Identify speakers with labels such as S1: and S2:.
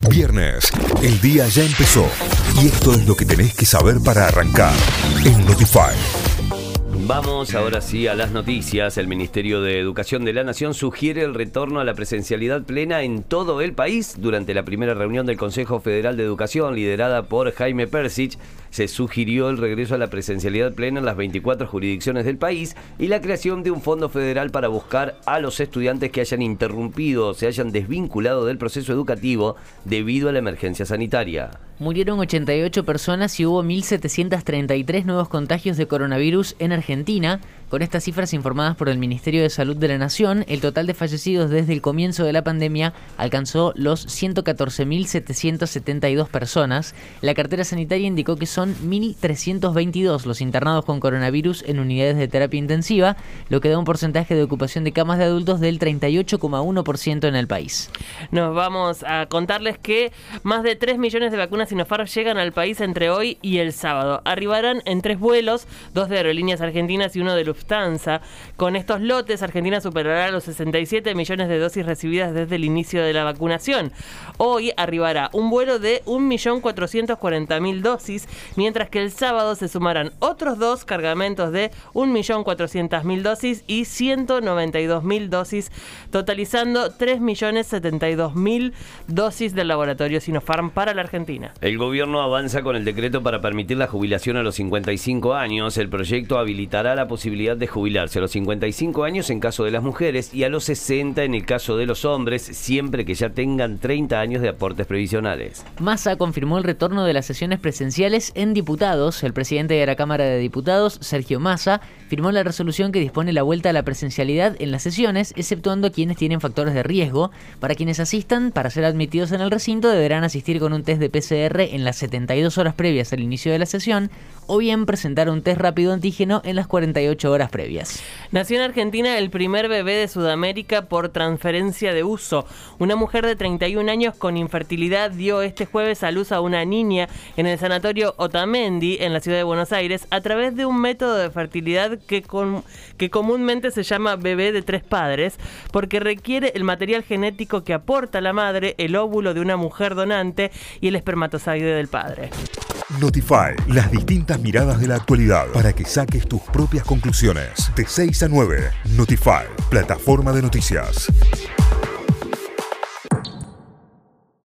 S1: Viernes, el día ya empezó y esto es lo que tenés que saber para arrancar en Notify.
S2: Vamos ahora sí a las noticias. El Ministerio de Educación de la Nación sugiere el retorno a la presencialidad plena en todo el país. Durante la primera reunión del Consejo Federal de Educación, liderada por Jaime Persich, se sugirió el regreso a la presencialidad plena en las 24 jurisdicciones del país y la creación de un fondo federal para buscar a los estudiantes que hayan interrumpido o se hayan desvinculado del proceso educativo debido a la emergencia sanitaria.
S3: Murieron 88 personas y hubo 1.733 nuevos contagios de coronavirus en Argentina. Con estas cifras informadas por el Ministerio de Salud de la Nación, el total de fallecidos desde el comienzo de la pandemia alcanzó los 114.772 personas. La cartera sanitaria indicó que son 1.322 los internados con coronavirus en unidades de terapia intensiva, lo que da un porcentaje de ocupación de camas de adultos del 38,1% en el país.
S4: Nos vamos a contarles que más de 3 millones de vacunas Sinopharm llegan al país entre hoy y el sábado. Arribarán en 3 vuelos, 2 de Aerolíneas Argentinas y 1 de Lufthansa. Con estos lotes, Argentina superará los 67 millones de dosis recibidas desde el inicio de la vacunación. Hoy arribará un vuelo de 1.440.000 dosis, mientras que el sábado se sumarán otros 2 cargamentos de 1.400.000 dosis y 192.000 dosis, totalizando 3.072.000 dosis del laboratorio Sinopharm para la Argentina.
S2: El gobierno avanza con el decreto para permitir la jubilación a los 55 años. El proyecto habilitará la posibilidad de jubilarse a los 55 años en caso de las mujeres y a los 60 en el caso de los hombres, siempre que ya tengan 30 años de aportes previsionales.
S3: Massa confirmó el retorno de las sesiones presenciales en diputados. El presidente de la Cámara de Diputados, Sergio Massa, firmó la resolución que dispone la vuelta a la presencialidad en las sesiones, exceptuando quienes tienen factores de riesgo. Para quienes asistan, para ser admitidos en el recinto, deberán asistir con un test de PCR en las 72 horas previas al inicio de la sesión o bien presentar un test rápido antígeno en las 48 horas previas.
S4: Nació en Argentina el primer bebé de Sudamérica por transferencia de uso. Una mujer de 31 años con infertilidad dio este jueves a luz a una niña en el sanatorio Otamendi, en la ciudad de Buenos Aires, a través de un método de fertilidad que comúnmente se llama bebé de 3 padres, porque requiere el material genético que aporta la madre, el óvulo de una mujer donante y el espermatozoide del padre.
S1: Notify, las distintas miradas de la actualidad para que saques tus propias conclusiones. De 6 a 9, Notify, plataforma de noticias.